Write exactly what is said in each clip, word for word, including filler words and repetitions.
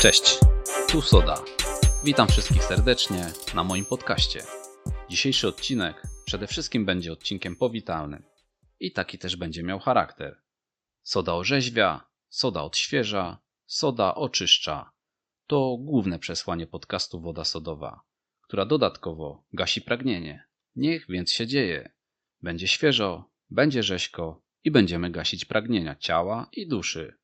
Cześć, tu Soda. Witam wszystkich serdecznie na moim podcaście. Dzisiejszy odcinek przede wszystkim będzie odcinkiem powitalnym i taki też będzie miał charakter. Soda orzeźwia, soda odświeża, soda oczyszcza. To główne przesłanie podcastu Woda Sodowa, która dodatkowo gasi pragnienie. Niech więc się dzieje. Będzie świeżo, będzie rzeźko i będziemy gasić pragnienia ciała i duszy.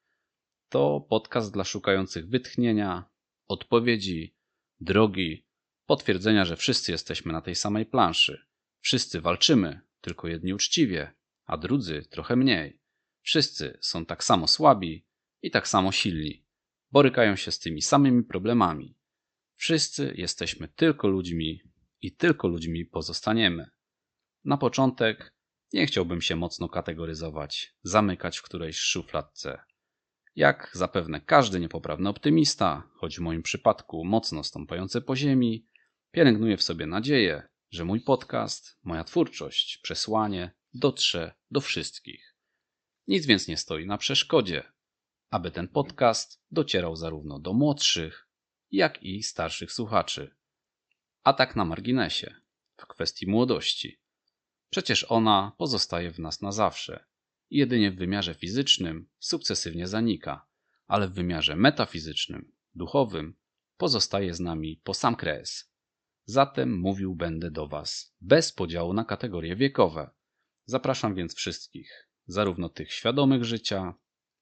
To podcast dla szukających wytchnienia, odpowiedzi, drogi, potwierdzenia, że wszyscy jesteśmy na tej samej planszy. Wszyscy walczymy, tylko jedni uczciwie, a drudzy trochę mniej. Wszyscy są tak samo słabi i tak samo silni. Borykają się z tymi samymi problemami. Wszyscy jesteśmy tylko ludźmi i tylko ludźmi pozostaniemy. Na początek nie chciałbym się mocno kategoryzować, zamykać w którejś szufladce. Jak zapewne każdy niepoprawny optymista, choć w moim przypadku mocno stąpający po ziemi, pielęgnuję w sobie nadzieję, że mój podcast, moja twórczość, przesłanie dotrze do wszystkich. Nic więc nie stoi na przeszkodzie, aby ten podcast docierał zarówno do młodszych, jak i starszych słuchaczy. A tak na marginesie, w kwestii młodości. Przecież ona pozostaje w nas na zawsze. Jedynie w wymiarze fizycznym sukcesywnie zanika, ale w wymiarze metafizycznym, duchowym pozostaje z nami po sam kres. Zatem mówił będę do Was bez podziału na kategorie wiekowe. Zapraszam więc wszystkich, zarówno tych świadomych życia,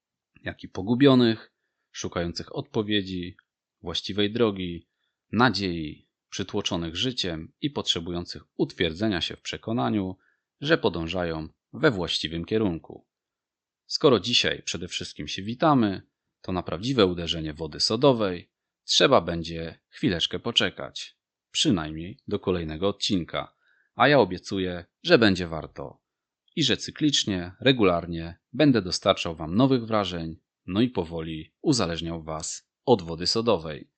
jak i pogubionych, szukających odpowiedzi, właściwej drogi, nadziei, przytłoczonych życiem i potrzebujących utwierdzenia się w przekonaniu, że podążają we właściwym kierunku. Skoro dzisiaj przede wszystkim się witamy, to na prawdziwe uderzenie wody sodowej trzeba będzie chwileczkę poczekać. Przynajmniej do kolejnego odcinka. A ja obiecuję, że będzie warto. I że cyklicznie, regularnie będę dostarczał Wam nowych wrażeń, no i powoli uzależniał Was od wody sodowej.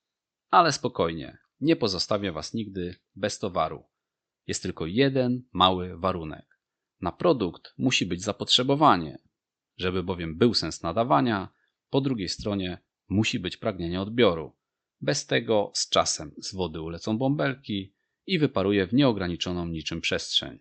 Ale spokojnie, nie pozostawię Was nigdy bez towaru. Jest tylko jeden mały warunek. Na produkt musi być zapotrzebowanie. Żeby bowiem był sens nadawania, po drugiej stronie musi być pragnienie odbioru. Bez tego z czasem z wody ulecą bąbelki i wyparuje w nieograniczoną niczym przestrzeń.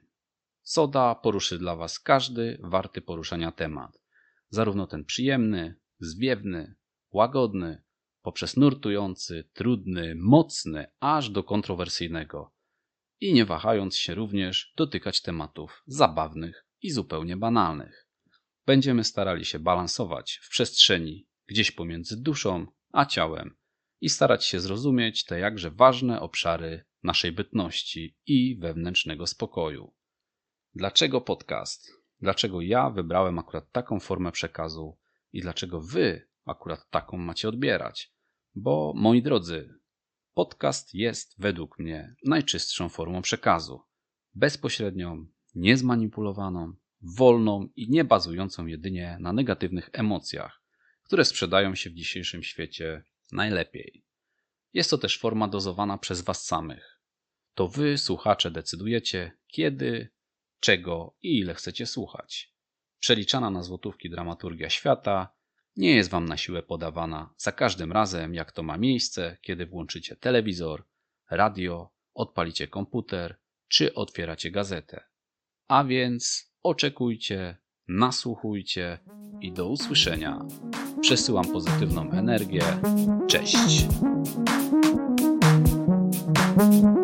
Soda poruszy dla Was każdy warty poruszenia temat. Zarówno ten przyjemny, zwiewny, łagodny, poprzez nurtujący, trudny, mocny, aż do kontrowersyjnego. I nie wahając się również dotykać tematów zabawnych i zupełnie banalnych. Będziemy starali się balansować w przestrzeni gdzieś pomiędzy duszą a ciałem i starać się zrozumieć te jakże ważne obszary naszej bytności i wewnętrznego spokoju. Dlaczego podcast? Dlaczego ja wybrałem akurat taką formę przekazu i dlaczego Wy akurat taką macie odbierać? Bo, moi drodzy, podcast jest według mnie najczystszą formą przekazu. Bezpośrednią, niezmanipulowaną, wolną i nie bazującą jedynie na negatywnych emocjach, które sprzedają się w dzisiejszym świecie najlepiej. Jest to też forma dozowana przez Was samych. To Wy, słuchacze, decydujecie, kiedy, czego i ile chcecie słuchać. Przeliczana na złotówki dramaturgia świata nie jest Wam na siłę podawana za każdym razem, jak to ma miejsce, kiedy włączycie telewizor, radio, odpalicie komputer czy otwieracie gazetę. A więc oczekujcie, nasłuchujcie i do usłyszenia. Przesyłam pozytywną energię. Cześć!